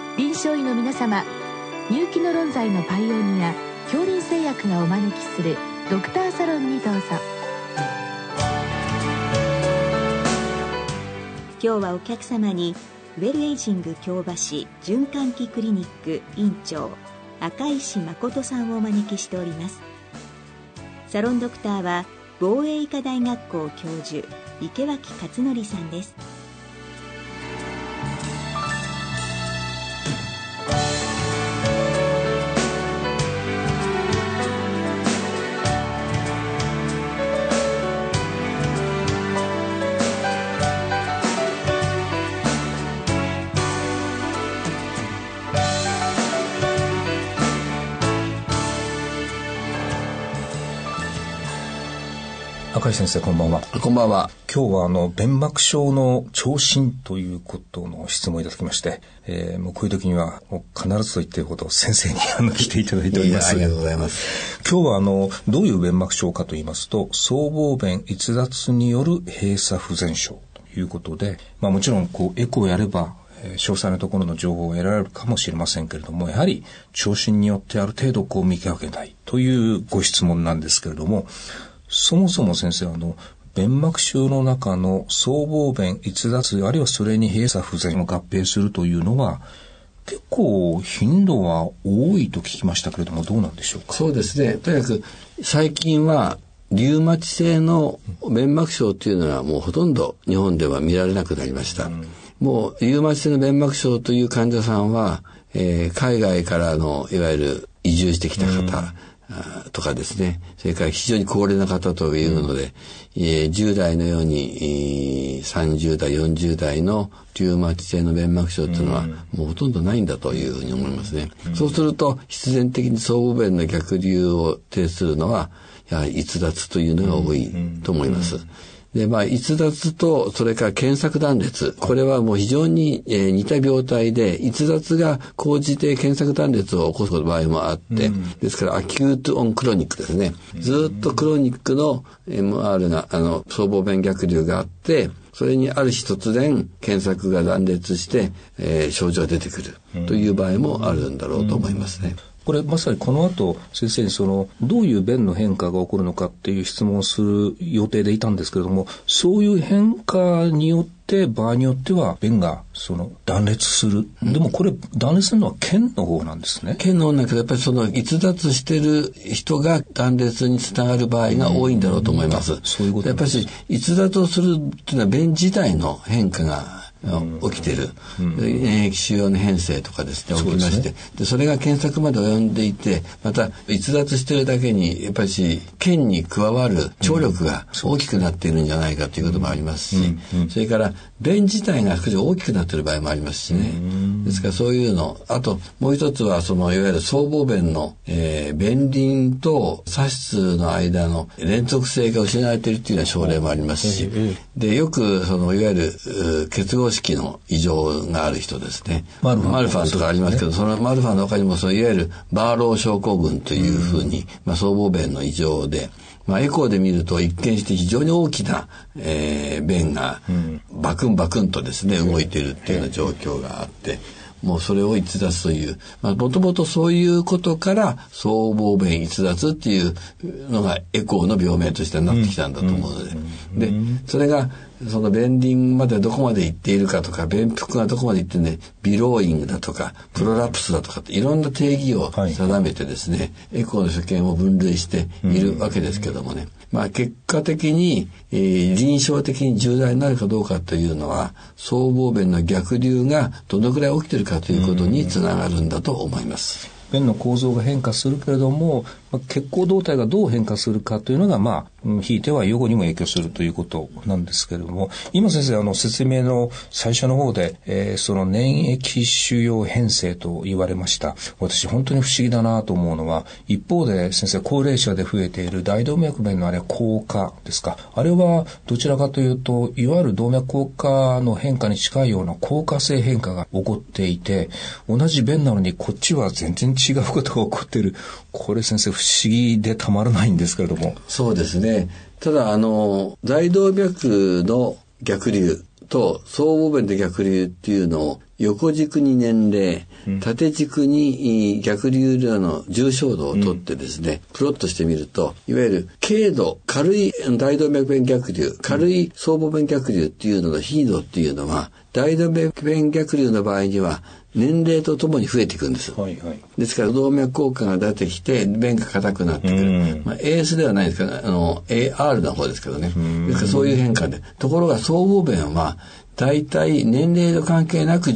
臨床医の皆様、入気の論剤のパイオニア杏林製薬がお招きするドクターサロンにどうぞ。 今日はお客様にウェルエイジング京橋循環器クリニック院長赤石誠さんをお招きしております。サロンドクターは防衛医科大学校教授池脇勝則さんです。 赤石先生、こんばんは。 こんばんは。 今日は弁膜症の聴診ということの質問をいただきまして、もうこういう時にはもう必ずと言っているほど先生に来ていただいております。 ありがとうございます。 今日はどういう弁膜症かと言いますと、僧帽弁逸脱による閉鎖不全症ということで、もちろんエコーをやれば詳細なところの情報を得られるかもしれませんけれども、やはり聴診によってある程度見極めたいというご質問なんですけれども、そもそも先生、弁膜症の中の僧帽弁逸脱、あるいはそれに閉鎖不全を合併するというのは結構頻度は多いと聞きましたけれども、どうなんでしょうか。 そうですね。とにかく最近はリウマチ性の弁膜症というのはもうほとんど日本では見られなくなりました。もうリウマチ性の弁膜症という患者さんは、海外からのいわゆる移住してきた方、とかですね、それから非常に高齢な方というので、10代のように30代40代のリウマチ性の弁膜症というのはもうほとんどないんだというふうに思いますね。そうすると必然的に僧帽弁の逆流を呈するのはやはり逸脱というのが多いと思います。で、逸脱とそれから検索断裂、これはもう非常に、似た病態で、逸脱が高じて検索断裂を起こす場合もあって、ですからアキュートオンクロニックですね。ずっとクロニックの MR が僧帽弁逆流があって、それにある日突然検索が断裂して、症状が出てくるという場合もあるんだろうと思いますね。 これまさにこの後先生にどういう弁の変化が起こるのかっていう質問をする予定でいたんですけれども、そういう変化によって場合によっては弁が断裂する、でもこれ断裂するのは腱の方なんですね。 腱の方なんだけど、やっぱり逸脱してる人が断裂につながる場合が多いんだろうと思います。 そういうことやっぱり逸脱をするっていうのは弁自体の変化が起きている、免疫腫瘍の変性とかですね、起きまして、でそれが検索まで及んでいて、また逸脱しているだけにやっぱり腱に加わる張力が大きくなっているんじゃないかということもありますし、それから弁自体が少し大きくなっている場合もありますしね。ですからそういうの、あともう一つはいわゆる僧帽弁の、弁輪と左室の間の連続性が失われているというような症例もありますし、でよくいわゆる結合式の異常がある人ですね。マルファンとかありますけど、そのマルファンの他にもいわゆるバーロー症候群というふうに、僧帽弁の異常で、エコーで見ると一見して非常に大きな、弁がバクンバクンとですね動いているっていうような状況があって、もうそれを逸脱という、もともとそういうことから僧帽弁逸脱っていうのがエコーの病名としてなってきたんだと思うので、でそれが弁輪までどこまで行っているかとか、弁腹がどこまで行ってね、ビローイングだとかプロラプスだとかっていろんな定義を定めてですね、エコーの所見を分類しているわけですけどもね、結果的に、臨床的に重大になるかどうかというのは、僧帽弁の逆流がどのくらい起きているかということにつながるんだと思います。 弁の構造が変化するけれども、血行動態がどう変化するかというのがひいては予後にも影響するということなんですけれども、今先生説明の最初の方で、その粘液腫瘍変性と言われました。私本当に不思議だなと思うのは、一方で先生高齢者で増えている大動脈弁のあれは硬化ですか。あれはどちらかというといわゆる動脈硬化の変化に近いような硬化性変化が起こっていて、同じ弁なのにこっちは全然違うことが起こっている。これ先生不思議でたまらないんですけれども。 そうですね。ただ大動脈の逆流と僧帽弁と逆流っていうのを横軸に年齢、縦軸に逆流量の重症度をとってですね、プロットしてみると、いわゆる軽度、軽い大動脈弁逆流、軽い僧帽弁逆流っていうのの頻度っていうのは、大動脈弁逆流の場合には年齢とともに増えていくんです。はいはい、ですから動脈硬化が出てきて弁が硬くなってくる。AS ではないですけど、AR の方ですけどね。ですからそういう変化で。ところが僧帽弁は大体年齢と関係なく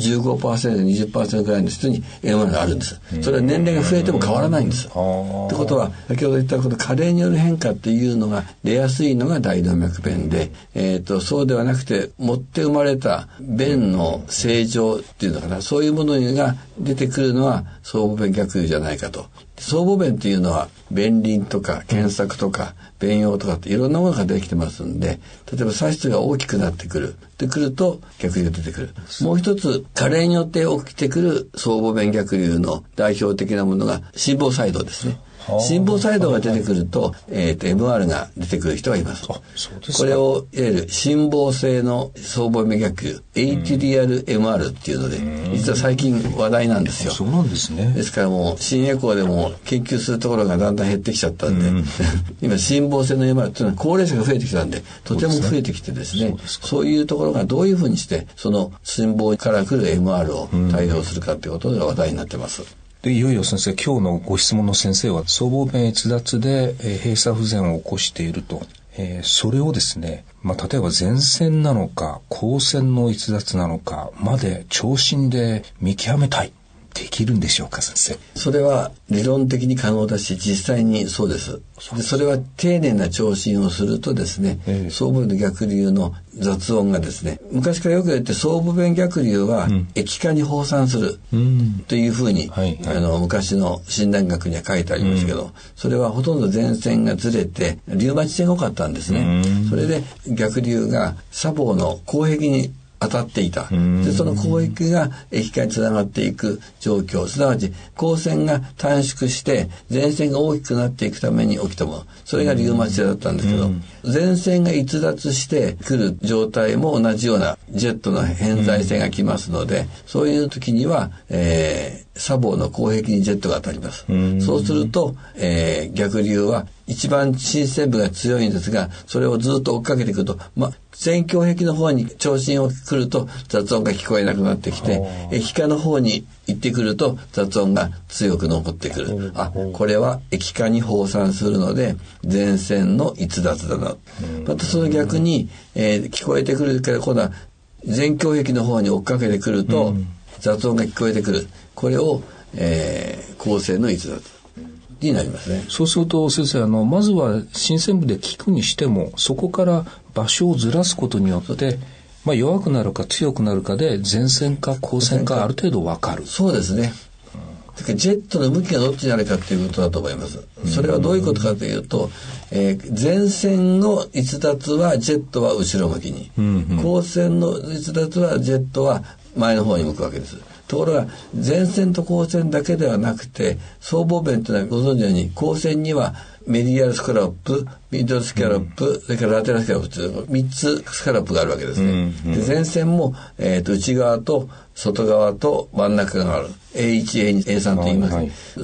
15%、20% ぐらいの人に MR があるんです。それは年齢が増えても変わらないんです。ってことは、先ほど言ったこの加齢による変化っていうのが出やすいのが大動脈弁で、そうではなくて持って生まれた弁の正常っていうのかな、そういうものが出てくるのは僧帽弁逆流じゃないかと。僧帽弁っていうのは弁輪とか検索とか弁葉とかっていろんなものが出てきてますんで、例えば左室が大きくなってくるってくると逆流が出てくる。もう一つ加齢によって起きてくる僧帽弁逆流の代表的なものが心房細動ですね。心房細動が出てくると、MR が出てくる人がいます。これをいわゆる心房性の僧帽弁逆流 HDR MR っていうので、実は最近話題なんですよ。 そうなんですね。 ですからもう心エコーでも研究するところがだんだん減ってきちゃったんで、今心房性の MR っていうのは高齢者が増えてきたんで、とても増えてきてですね、そういうところがどういうふうにしてその心房から来る MR を対応するかということが話題になってます。 でいよいよ先生、今日のご質問の先生は僧帽弁逸脱で、閉鎖不全を起こしていると、それをですね、例えば前線なのか後線の逸脱なのかまで聴診で見極めたい、できるんでしょうか先生。 それは理論的に可能だし実際にそうです。でそれは丁寧な聴診をするとですね、僧帽弁の逆流の雑音がですね、昔からよく言って僧帽弁逆流は液化に放散するというふうに、昔の診断学には書いてありますけど、それはほとんど前線がずれてリウマチ性が多かったんですね。それで逆流が左房の後壁に当たっていた。でその後壁が液化につながっていく状況、すなわち後線が短縮して前線が大きくなっていくために起きたもの、それがリウマチ性だったんですけど、前線が逸脱してくる状態も同じようなジェットの偏在性が来ますので、そういう時には、左房の後壁にジェットが当たります。そうすると、逆流は一番心線部が強いんですが、それをずっと追っかけていくと、前胸壁の方に聴診を来ると雑音が聞こえなくなってきて、液化の方に行ってくると雑音が強く残ってくる。これは液化に放散するので前線の逸脱だな。またその逆に、聞こえてくるから今度は前胸壁の方に追っかけてくると、雑音が聞こえてくる。これを、後線の逸脱になりますね。 そうすると先生、まずは心線部で聞くにしてもそこから場所をずらすことによって、弱くなるか強くなるかで前線か後線かある程度分かる。 そうですね。ジェットの向きがどっちにあるかということだと思います。それはどういうことかというと、前線の逸脱はジェットは後ろ向きに、後線の逸脱はジェットは前の方に向くわけです。ところが前線と後線だけではなくて、僧帽弁というのはご存知のように後線にはメディアルスカラップ、ミドルスカラップ、それからラテラルスカラップという3つスカラップがあるわけですね。で前線も、内側と外側と真ん中がある。A1、A3 と言います。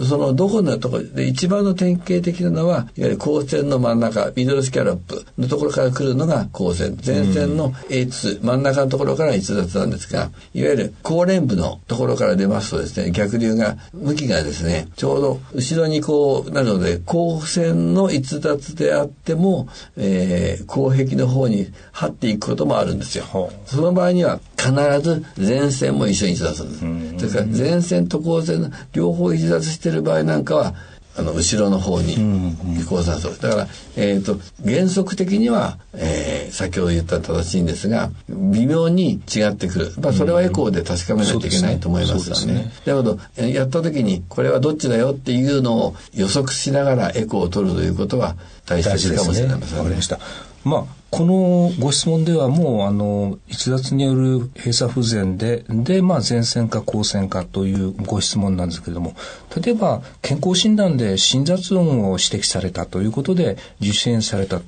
そのどこのところで一番の典型的なのは、いわゆる後線の真ん中、ミドルスキャラップのところから来るのが後線。前線の A2、真ん中のところから逸脱なんですが、いわゆる後連部のところから出ますとですね、逆流が、向きがですね、ちょうど後ろにこうなるので、後線の逸脱であっても、後壁の方に張っていくこともあるんですよ。その場合には必ず前線も一緒に逸脱するんです。だから前線と後線の両方逸脱している場合なんかは後ろの方に交差する。だから、原則的には、先ほど言った正しいんですが微妙に違ってくる。それはエコーで確かめないといけないと思いますからね。だけどやった時にこれはどっちだよっていうのを予測しながらエコーを取るということは大切かもしれませんね。 わかりました。このご質問ではもう逸脱による閉鎖不全で前線か後線かというご質問なんですけれども、例えば健康診断で心雑音を指摘されたということで受診されたと。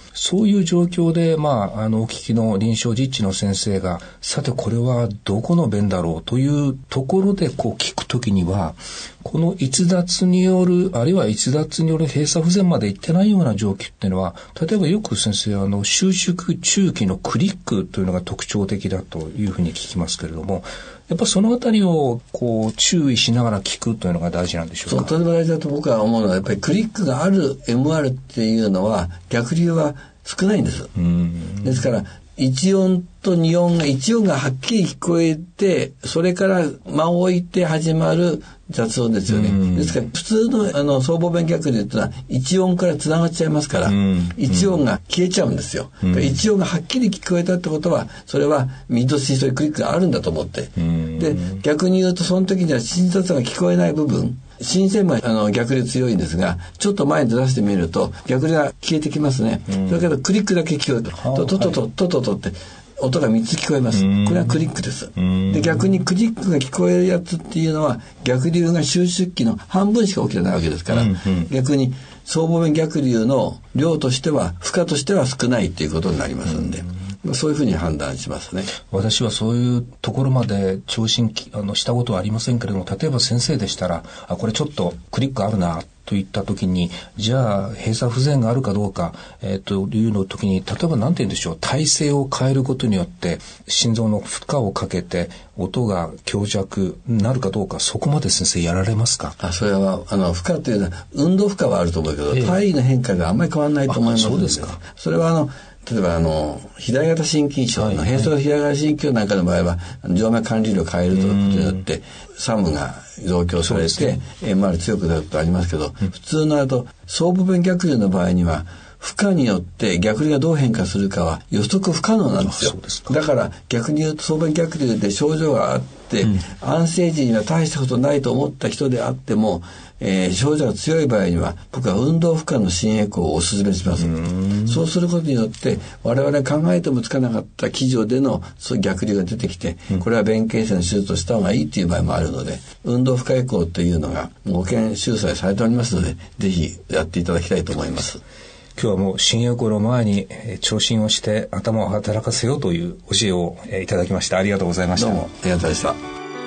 そういう状況で、お聞きの臨床実地の先生が、さてこれはどこの弁だろうというところで聞くときには、この逸脱による、あるいは逸脱による閉鎖不全までいってないような状況っていうのは、例えばよく先生、収縮中期のクリックというのが特徴的だというふうに聞きますけれども、やっぱそのあたりを注意しながら聞くというのが大事なんでしょうか。 そう、とても大事だと僕は思うのは、やっぱりクリックがある MR っていうのは逆流は少ないんです。ですから1音と2音が1音がはっきり聞こえて、それから間を置いて始まる雑音ですよね。ですから普通の僧帽弁逆流っていうのは1音からつながっちゃいますから、1音が消えちゃうんですよ。1音がはっきり聞こえたってことは、それはミッドシーソイクリックがあるんだと思って、で逆に言うとその時には新雑音が聞こえない部分、新鮮は逆流強いんですが、ちょっと前にずらしてみると逆流が消えてきますね。だけどクリックだけ聞こえるとトトトトトトって音が3つ聞こえます。これはクリックです。で逆にクリックが聞こえるやつっていうのは逆流が収縮期の半分しか起きてないわけですから、逆に僧帽弁逆流の量としては負荷としては少ないっていうことになりますんで、そういうふうに判断しますね。 私はそういうところまで聴診したことはありませんけれども、例えば先生でしたら、これちょっとクリックあるなといった時に、じゃあ閉鎖不全があるかどうか、というの時に、例えば何て言うんでしょう、体勢を変えることによって心臓の負荷をかけて音が強弱になるかどうか、そこまで先生やられますか？ それは負荷というのは運動負荷はあると思うけど、体位の変化があんまり変わらないと思いますので、 そうですか。 それは例えば肥大型心筋症の閉塞肥大型心筋症なんかの場合は静脈管理量を変えるということによってサムが増強されて MR 強くなるとありますけど、普通の僧帽弁逆流の場合には負荷によって逆流がどう変化するかは予測不可能なんですよ。だから逆に言うと僧弁逆流で症状があって、安静時には大したことないと思った人であっても、症状が強い場合には僕は運動負荷の心エコーをお勧めします。そうすることによって我々考えてもつかなかった基準でのそういう逆流が出てきて、これは弁形成の手術をした方がいいという場合もあるので、運動負荷エコーというのが保険収載されておりますので、ぜひやっていただきたいと思います。 今日はもう心エコーの前に聴診をして頭を働かせようという教えをいただきました。ありがとうございました。 どうもありがとうございました。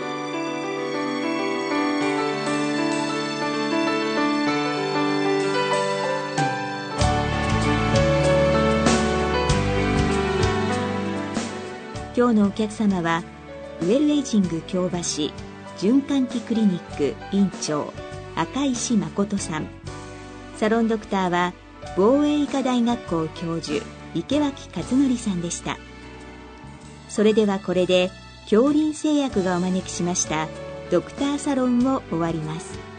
今日のお客様はウェルエイジング京橋循環器クリニック院長赤石誠さん、サロンドクターは防衛医科大学校教授池脇和則さんでした。それではこれで京林製薬がお招きしましたドクターサロンを終わります。